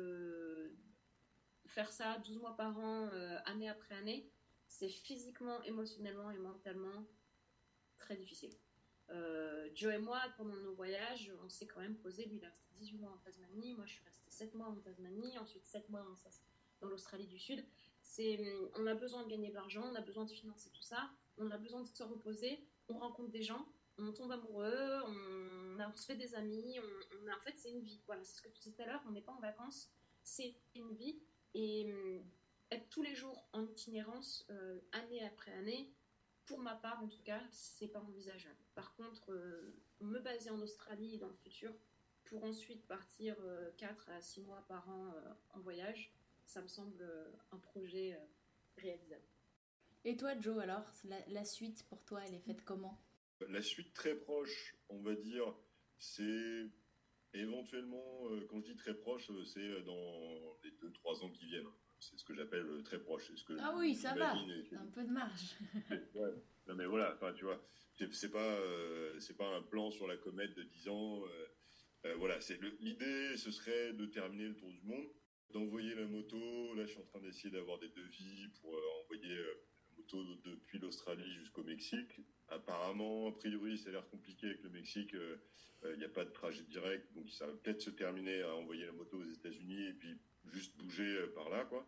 faire ça 12 mois par an, année après année, c'est physiquement, émotionnellement et mentalement très difficile. Joe et moi, pendant nos voyages, on s'est quand même posé. Lui, il a resté 18 mois en Tasmanie. Moi, je suis restée 7 mois en Tasmanie. Ensuite, 7 mois dans l'Australie du Sud. On a besoin de gagner de l'argent, on a besoin de financer tout ça, on a besoin de se reposer. On rencontre des gens, on tombe amoureux, on se fait des amis. En fait, c'est une vie. Voilà, c'est ce que tu disais tout à l'heure. On n'est pas en vacances, c'est une vie. Et être tous les jours en itinérance, année après année, pour ma part, en tout cas, c'est pas envisageable. Par contre, me baser en Australie dans le futur pour ensuite partir 4 à 6 mois par an en voyage, ça me semble un projet réalisable. Et toi, Joe, alors, la suite pour toi, elle est faite comment ? La suite très proche, on va dire, c'est éventuellement, quand je dis très proche, c'est dans les 2-3 ans qui viennent. C'est ce que j'appelle très proche. C'est ce que oui, ça va, un peu de marge. Ouais. Non mais voilà, tu vois, c'est pas un plan sur la comète de 10 ans. Voilà, l'idée, ce serait de terminer le tour du monde, d'envoyer la moto. Là, je suis en train d'essayer d'avoir des devis pour envoyer la moto depuis l'Australie jusqu'au Mexique. Apparemment, a priori, ça a l'air compliqué avec le Mexique. Il n'y a pas de trajet direct, donc ça va peut-être se terminer à envoyer la moto aux États-Unis et puis juste bouger par là, quoi.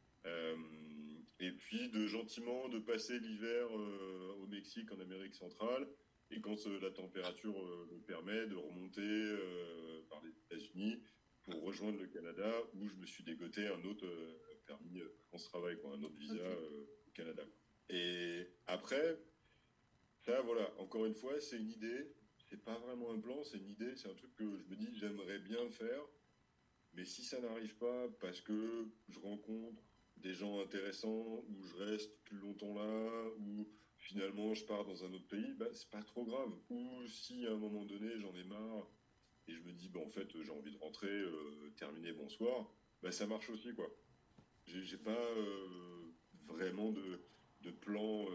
Et puis gentiment de passer l'hiver au Mexique, en Amérique centrale, et quand la température le permet, de remonter par les États-Unis pour rejoindre le Canada, où je me suis dégoté un autre permis vacances-travail, un autre visa au Canada. Et après, ça, voilà, encore une fois, c'est une idée, c'est pas vraiment un plan, c'est une idée, c'est un truc que je me dis, j'aimerais bien faire, mais si ça n'arrive pas, parce que je rencontre des gens intéressants, ou je reste plus longtemps là, ou finalement je pars dans un autre pays, c'est pas trop grave. Ou si à un moment donné j'en ai marre et je me dis en fait j'ai envie de rentrer, terminer, bonsoir, ça marche aussi, quoi. J'ai pas vraiment de plan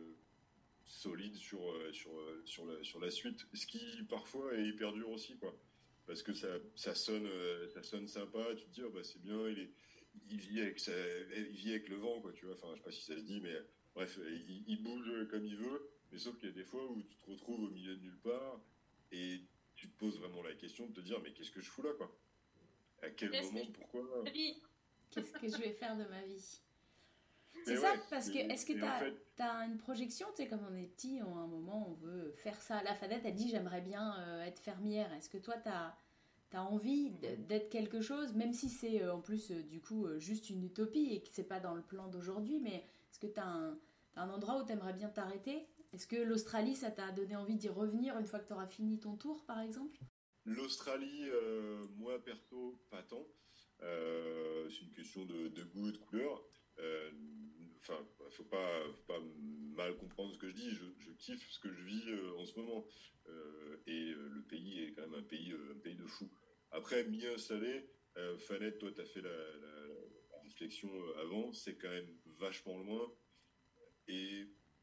solide sur la suite, ce qui parfois est hyper dur aussi, quoi. Parce que ça sonne sympa, tu te dis c'est bien, il vit avec le vent, quoi, tu vois. Enfin, je sais pas si ça se dit, mais bref, il bouge comme il veut, mais sauf qu'il y a des fois où tu te retrouves au milieu de nulle part et tu te poses vraiment la question de te dire mais qu'est-ce que je fous là, quoi? À quel moment, pourquoi? Qu'est-ce que je vais faire de ma vie? C'est ça, parce que est-ce que t'as une projection, tu sais, comme on est petit, à un moment on veut faire ça. La Fadette, elle dit j'aimerais bien être fermière. Est-ce que toi t'as envie d'être quelque chose, même si c'est en plus du coup juste une utopie et que c'est pas dans le plan d'aujourd'hui, mais est-ce que t'as un endroit où t'aimerais bien t'arrêter? Est-ce que l'Australie, ça t'a donné envie d'y revenir une fois que t'auras fini ton tour, par exemple? L'Australie, moi perso, pas tant. C'est une question de goût et de couleur. Enfin, faut pas mal comprendre ce que je dis. Je kiffe ce que je vis en ce moment. Et le pays est quand même un pays de fou. Après, m'y installer, Fanette, toi, tu as fait la réflexion avant, c'est quand même vachement loin. Et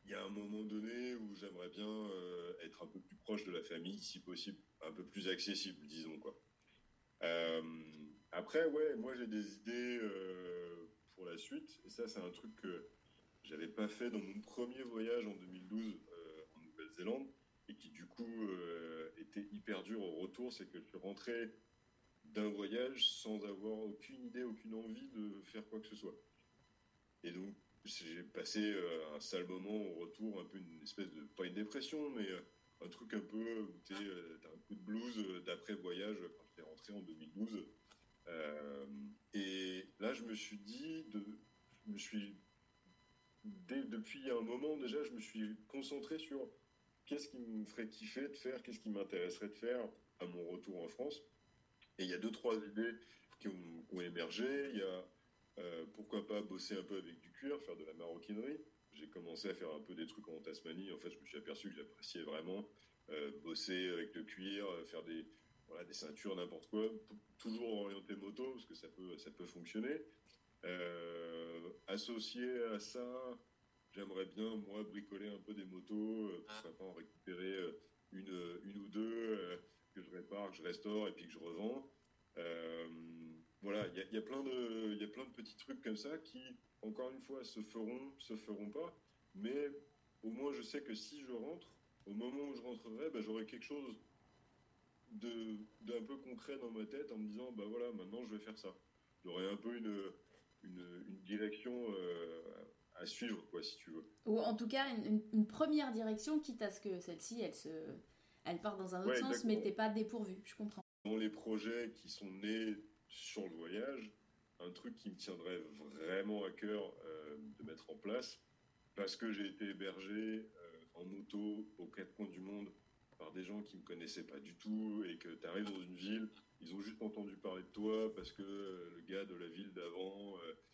y a un moment donné où j'aimerais bien être un peu plus proche de la famille, si possible, un peu plus accessible, disons, quoi. Euh, Après, ouais, moi j'ai des idées pour la suite, et ça c'est un truc que j'avais pas fait dans mon premier voyage en 2012 en Nouvelle-Zélande, et qui du coup était hyper dur au retour, c'est que je suis rentré d'un voyage sans avoir aucune idée, aucune envie de faire quoi que ce soit. Et donc j'ai passé un sale moment au retour, un peu une espèce de, pas une dépression, mais un truc un peu où t'as un coup de blues d'après voyage quand j'étais rentré en 2012. Euh, et là, je me suis dit, je me suis, depuis un moment déjà, je me suis concentré sur qu'est-ce qui me ferait kiffer de faire, qu'est-ce qui m'intéresserait de faire à mon retour en France. Et il y a deux, trois idées qui ont émergé. Il y a pourquoi pas bosser un peu avec du cuir, faire de la maroquinerie. J'ai commencé à faire un peu des trucs en Tasmanie. En fait, je me suis aperçu que j'appréciais vraiment bosser avec le cuir, faire voilà, des ceintures, n'importe quoi. Toujours orienté moto, parce que ça peut fonctionner. Associé à ça, j'aimerais bien, moi, bricoler un peu des motos, pourquoi pas en récupérer une ou deux que je répare, que je restaure et puis que je revends. Euh, voilà, il y a il y a plein de petits trucs comme ça qui, encore une fois, se feront pas, mais au moins je sais que si je rentre, au moment où je rentrerai, bah, j'aurai quelque chose d'un peu concret dans ma tête en me disant, bah voilà, maintenant je vais faire ça. J'aurai un peu une direction à suivre, quoi, si tu veux. Ou en tout cas, une première direction, quitte à ce que celle-ci, elle part dans un autre Ouais, sens, mais exactement. t'es pas dépourvu, je comprends. Dans les projets qui sont nés sur le voyage, un truc qui me tiendrait vraiment à cœur de mettre en place, parce que j'ai été hébergé en moto aux quatre coins du monde par des gens qui me connaissaient pas du tout, et que tu arrives dans une ville, ils ont juste entendu parler de toi parce que le gars de la ville d'avant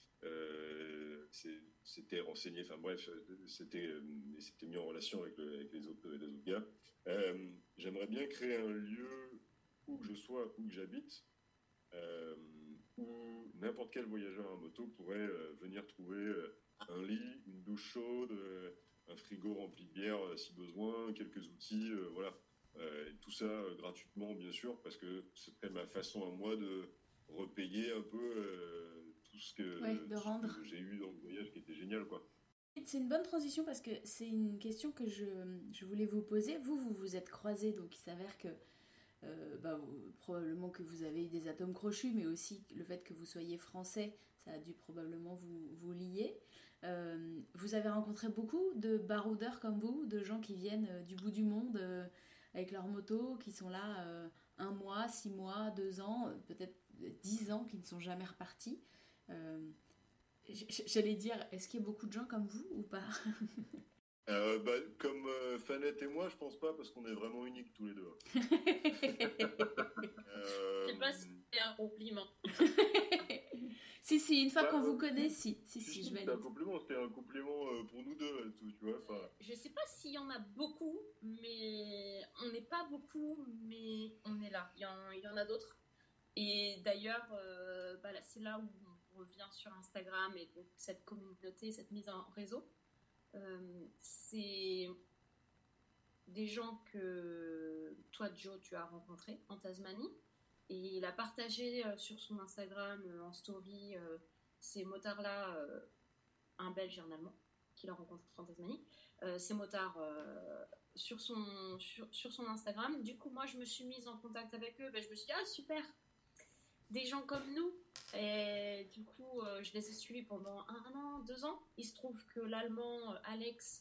s'était renseigné, enfin bref, s'était mis en relation avec les autres gars. J'aimerais bien créer un lieu où que je sois, où que j'habite, euh, où n'importe quel voyageur à moto pourrait venir trouver un lit, une douche chaude, un frigo rempli de bière si besoin, quelques outils, voilà. Tout ça gratuitement, bien sûr, parce que ce serait ma façon à moi de repayer un peu Ouais, de tout ce rendre. que j'ai eu dans le voyage qui était génial, quoi. C'est une bonne transition parce que c'est une question que je voulais vous poser. Vous vous êtes croisés, donc il s'avère que probablement que vous avez des atomes crochus, mais aussi le fait que vous soyez français, ça a dû probablement vous lier. Vous avez rencontré beaucoup de baroudeurs comme vous, de gens qui viennent du bout du monde avec leur moto, qui sont là 1 mois, 6 mois, 2 ans, peut-être 10 ans, qui ne sont jamais repartis. Euh, J'allais dire, est-ce qu'il y a beaucoup de gens comme vous ou pas? Bah, comme Fanette et moi, je pense pas, parce qu'on est vraiment uniques tous les deux. Je sais pas si c'est un compliment. Si, une fois Bah, qu'on vous connaît, si, je c'était valide. un compliment, c'était un compliment pour nous deux, tu vois. Je sais pas s'il y en a beaucoup, mais on n'est pas beaucoup, mais on est là. Il y en a d'autres. Et d'ailleurs, là, c'est là où on revient sur Instagram et donc cette communauté, cette mise en réseau. C'est des gens que toi, Joe, tu as rencontrés en Tasmanie. Et il a partagé sur son Instagram en story ces motards-là, un Belge et un Allemand, qu'il a rencontré en Tasmanie. Ces motards sur son Instagram. Du coup, moi, je me suis mise en contact avec eux. Je me suis dit, ah, super, des gens comme nous. Et du coup, je les ai suivis pendant 1 an, 2 ans. Il se trouve que l'Allemand, Alex,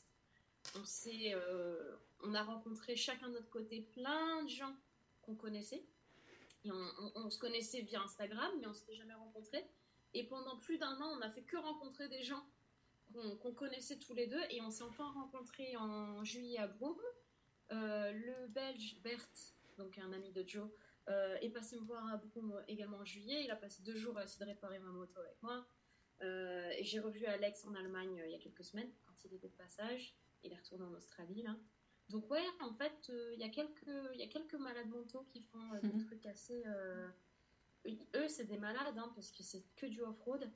on a rencontré chacun de notre côté plein de gens qu'on connaissait. Et on se connaissait via Instagram, mais on ne s'était jamais rencontrés. Et pendant plus d'1 an, on n'a fait que rencontrer des gens qu'on connaissait tous les deux. Et on s'est enfin rencontrés en juillet à Broome. Le Belge Bert, donc un ami de Joe, est passé me voir à Broome également en juillet. Il a passé 2 jours à essayer de réparer ma moto avec moi. Et j'ai revu Alex en Allemagne il y a quelques semaines, quand il était de passage. Il est retourné en Australie, là. Donc ouais, en fait, il y a quelques malades mentaux qui font des trucs assez... Eux, c'est des malades, hein, parce que c'est que du off-road.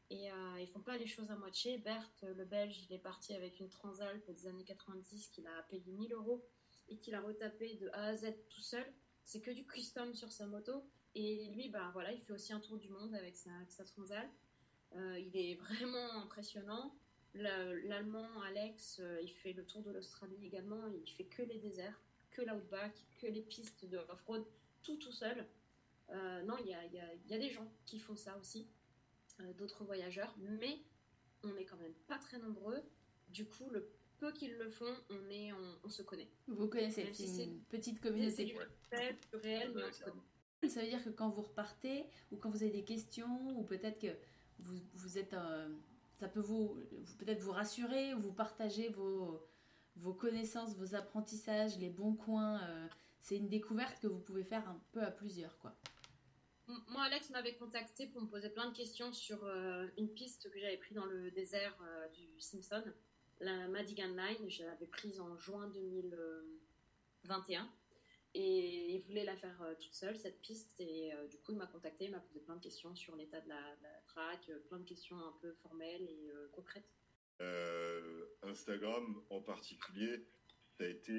et ils font pas les choses à moitié. Bert, le Belge, il est parti avec une Transalp des années 90 qu'il a payé 1000 euros et qu'il a retapé de A à Z tout seul. C'est que du custom sur sa moto. Et lui, bah, voilà, il fait aussi un tour du monde avec sa Transalp. Il est vraiment impressionnant. L'Allemand Alex, il fait le tour de l'Australie également. Il fait que les déserts, que l'outback, que les pistes de off-road, tout seul. Non, il y a des gens qui font ça aussi, d'autres voyageurs, mais on n'est quand même pas très nombreux. Du coup, le peu qu'ils le font, on se connaît. Vous connaissez, c'est une petite communauté. C'est du réel, mais on se connaît. Ça veut dire que quand vous repartez, ou quand vous avez des questions, ou peut-être que vous êtes... ça peut peut-être vous rassurer, ou vous partager vos connaissances, vos apprentissages, les bons coins. C'est une découverte que vous pouvez faire un peu à plusieurs, quoi. Moi, Alex m'avait contacté pour me poser plein de questions sur une piste que j'avais prise dans le désert du Simpson, la Madigan Line. Je l'avais prise en juin 2021 et il voulait la faire toute seule, cette piste. Et du coup, il m'a contacté, il m'a posé plein de questions sur l'état de la track, plein de questions un peu formelles et concrètes. Instagram en particulier, ça a été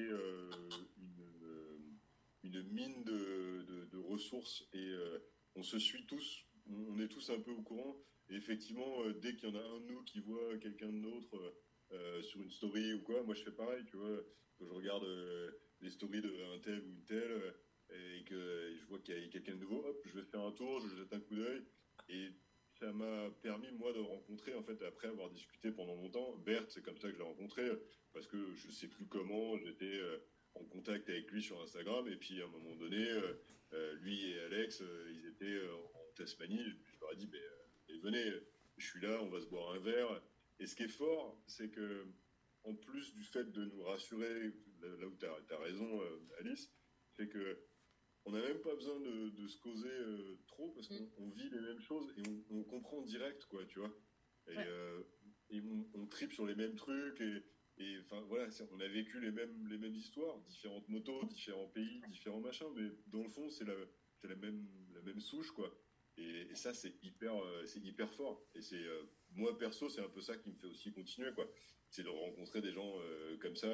une mine de ressources et on se suit tous, on est tous un peu au courant. Et effectivement, dès qu'il y en a un de nous qui voit quelqu'un d'autre sur une story ou quoi, moi je fais pareil, tu vois. Quand je regarde les stories d'un tel ou une telle et que je vois qu'il y a quelqu'un de nouveau, hop, je vais faire un tour, je jette un coup d'œil. Et ça m'a permis, moi, de rencontrer, en fait, après avoir discuté pendant longtemps, Bert, c'est comme ça que je l'ai rencontré, parce que je sais plus comment, j'étais en contact avec lui sur Instagram, et puis à un moment donné, lui et Alex, ils étaient en Tasmanie, je leur ai dit, venez, je suis là, on va se boire un verre. Et ce qui est fort, c'est que, en plus du fait de nous rassurer, là où tu as raison, Alice, c'est que on n'a même pas besoin de se causer trop parce qu'on vit les mêmes choses et on comprend direct, quoi, tu vois. Et on tripe sur les mêmes trucs et enfin voilà, on a vécu les mêmes histoires, différentes motos, différents pays, différents machins, mais dans le fond, c'est la même souche, quoi. Et ça, c'est hyper fort. Et c'est moi perso, c'est un peu ça qui me fait aussi continuer, quoi. C'est de rencontrer des gens comme ça.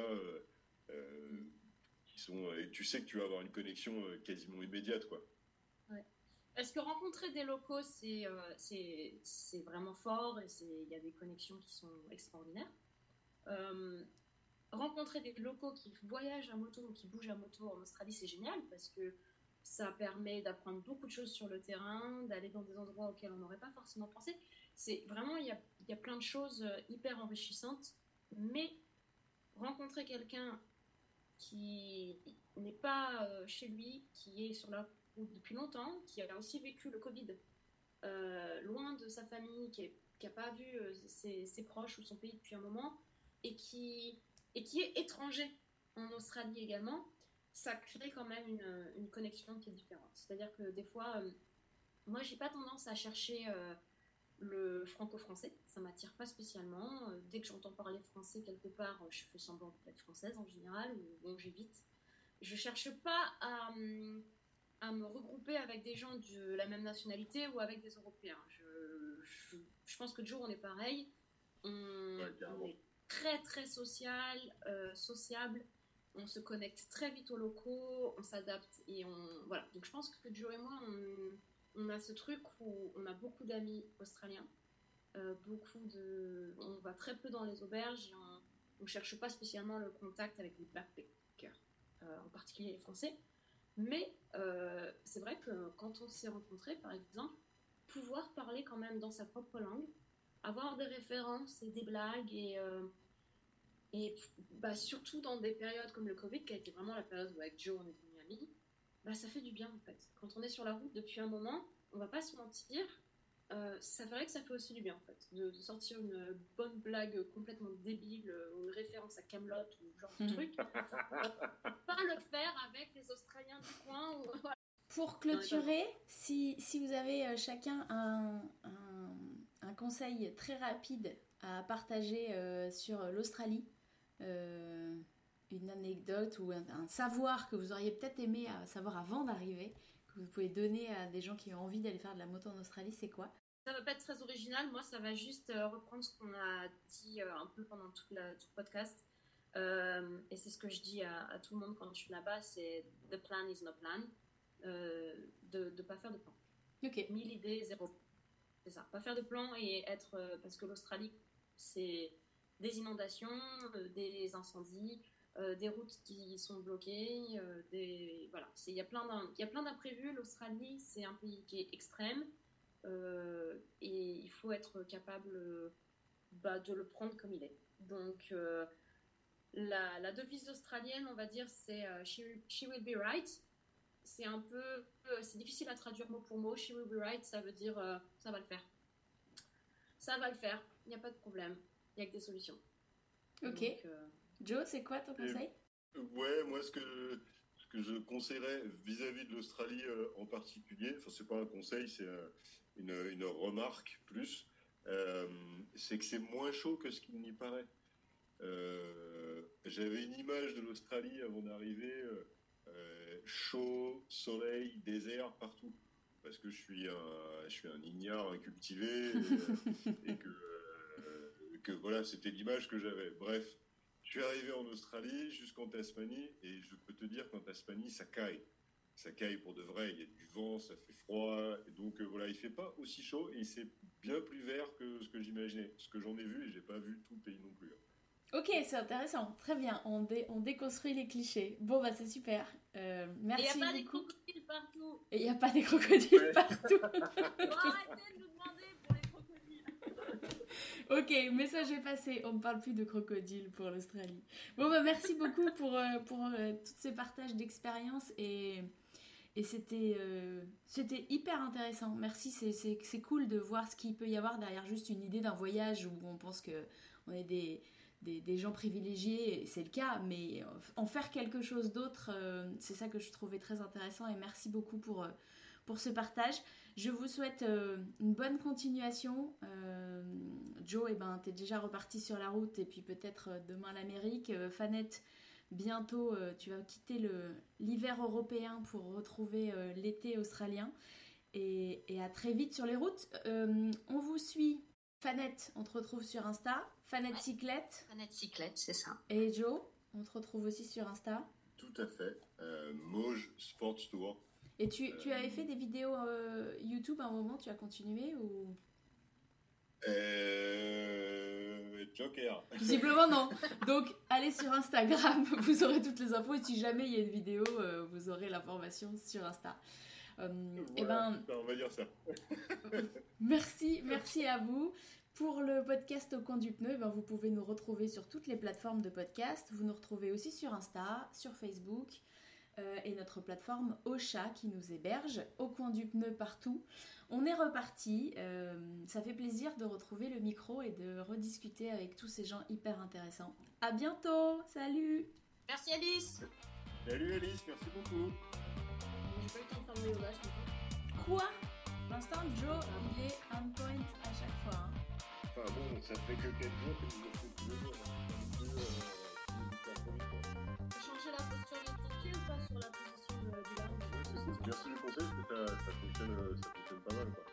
Et tu sais que tu vas avoir une connexion quasiment immédiate, quoi. Ouais. Est-ce que rencontrer des locaux, c'est vraiment fort et il y a des connexions qui sont extraordinaires. Rencontrer des locaux qui voyagent à moto ou qui bougent à moto en Australie, c'est génial parce que ça permet d'apprendre beaucoup de choses sur le terrain, d'aller dans des endroits auxquels on n'aurait pas forcément pensé. C'est vraiment, il y a plein de choses hyper enrichissantes, mais rencontrer quelqu'un qui n'est pas chez lui, qui est sur la route depuis longtemps, qui a aussi vécu le Covid, loin de sa famille, qui n'a pas vu ses proches ou son pays depuis un moment, et qui est étranger en Australie également, ça crée quand même une connexion qui est différente. C'est-à-dire que des fois, moi, j'ai pas tendance à chercher le franco-français, ça m'attire pas spécialement. Dès que j'entends parler français quelque part, je fais semblant d'être française en général, ou bon, j'évite. Je cherche pas à me regrouper avec des gens de la même nationalité ou avec des Européens. Je pense que Joe, on est pareil. On est très très sociable. On se connecte très vite aux locaux, on s'adapte et voilà. Donc je pense que Joe et moi, on a ce truc où on a beaucoup d'amis australiens, on va très peu dans les auberges, et on cherche pas spécialement le contact avec les backpackers, en particulier les Français. Mais c'est vrai que quand on s'est rencontrés, par exemple, pouvoir parler quand même dans sa propre langue, avoir des références et des blagues et surtout dans des périodes comme le Covid, qui a été vraiment la période où avec Joe on est devenus amis, ça fait du bien en fait. Quand on est sur la route depuis un moment, on va pas se mentir, ça ferait que ça fait aussi du bien en fait, de sortir une bonne blague complètement débile ou une référence à Kaamelott ou genre de truc. Pas le faire avec les Australiens du coin. Voilà. Pour clôturer, si vous avez chacun un conseil très rapide à partager sur l'Australie, une anecdote ou un savoir que vous auriez peut-être aimé savoir avant d'arriver, que vous pouvez donner à des gens qui ont envie d'aller faire de la moto en Australie, c'est quoi ? ça va pas être très original. Moi, ça va juste reprendre ce qu'on a dit un peu pendant tout le podcast. Et c'est ce que je dis à tout le monde quand je suis là-bas, c'est « the plan is no plan ». De ne pas faire de plan. Ok. 1000 idées, 0. C'est ça. Pas faire de plan et être... parce que l'Australie, c'est des inondations, des incendies, des routes qui sont bloquées, voilà. Il y a plein d'imprévus. L'Australie, c'est un pays qui est extrême et il faut être capable de le prendre comme il est. Donc, la devise australienne, on va dire, c'est she will be right. C'est un peu... c'est difficile à traduire mot pour mot. She will be right, ça veut dire ça va le faire. Ça va le faire, il n'y a pas de problème. Il n'y a que des solutions. Ok. Donc, Joe, c'est quoi ton conseil ? Ouais, moi, ce que je conseillerais vis-à-vis de l'Australie en particulier, enfin, c'est pas un conseil, c'est une remarque plus, c'est que c'est moins chaud que ce qu'il n'y paraît. J'avais une image de l'Australie avant d'arriver, chaud, soleil, désert, partout. Parce que je suis un ignare incultivé et que voilà, c'était l'image que j'avais. Bref, je suis arrivé en Australie jusqu'en Tasmanie et je peux te dire qu'en Tasmanie, ça caille. Ça caille pour de vrai, il y a du vent, ça fait froid. Et donc voilà, il ne fait pas aussi chaud et c'est bien plus vert que ce que j'imaginais. Ce que j'en ai vu et je n'ai pas vu tout le pays non plus. Ok, c'est intéressant. Très bien, on déconstruit les clichés. Bon, bah c'est super. Merci. Et il n'y a pas beaucoup. des crocodiles partout. Et il n'y a pas des crocodiles partout. Arrêtez de nous demander pour les crocodiles. Ok, message est passé. On ne parle plus de crocodiles pour l'Australie. Bon, bah merci beaucoup pour tous ces partages d'expériences et c'était hyper intéressant. Merci, c'est cool de voir ce qu'il peut y avoir derrière juste une idée d'un voyage où on pense qu'on est des gens privilégiés, c'est le cas, mais en faire quelque chose d'autre, c'est ça que je trouvais très intéressant et merci beaucoup pour ce partage. Je vous souhaite une bonne continuation. Joe, t'es déjà reparti sur la route et puis peut-être demain l'Amérique. Fanette, bientôt tu vas quitter l'hiver européen pour retrouver l'été australien et à très vite sur les routes. On vous suit. Fanette, on te retrouve sur Insta. Fanette Cyclette. Fanette Cyclette, c'est ça. Et Joe, on te retrouve aussi sur Insta. Tout à fait. Mauge Sports Tour. Et tu avais fait des vidéos YouTube à un moment, tu as continué ou... Joker. Visiblement non. Donc allez sur Instagram, vous aurez toutes les infos et si jamais il y a une vidéo, vous aurez l'information sur Insta. Voilà, on va dire ça. Merci à vous. Pour le podcast Au coin du pneu, vous pouvez nous retrouver sur toutes les plateformes de podcast. Vous nous retrouvez aussi sur Insta, sur Facebook et notre plateforme Ocha qui nous héberge. Au coin du pneu partout. On est reparti. Ça fait plaisir de retrouver le micro et de rediscuter avec tous ces gens hyper intéressants. À bientôt. Salut. Merci Alice. Salut Alice, merci beaucoup. J'ai pas eu le temps de faire le yoga ce matin. Quoi? Pour l'instant, Joe, il est on point à chaque fois. Hein. Enfin bon, ça fait que 4 jours que nous avons fait tous les jours. Changer la posture de tes pieds ou pas sur la position du large? Ouais, merci du conseil parce que ça fonctionne pas mal quoi.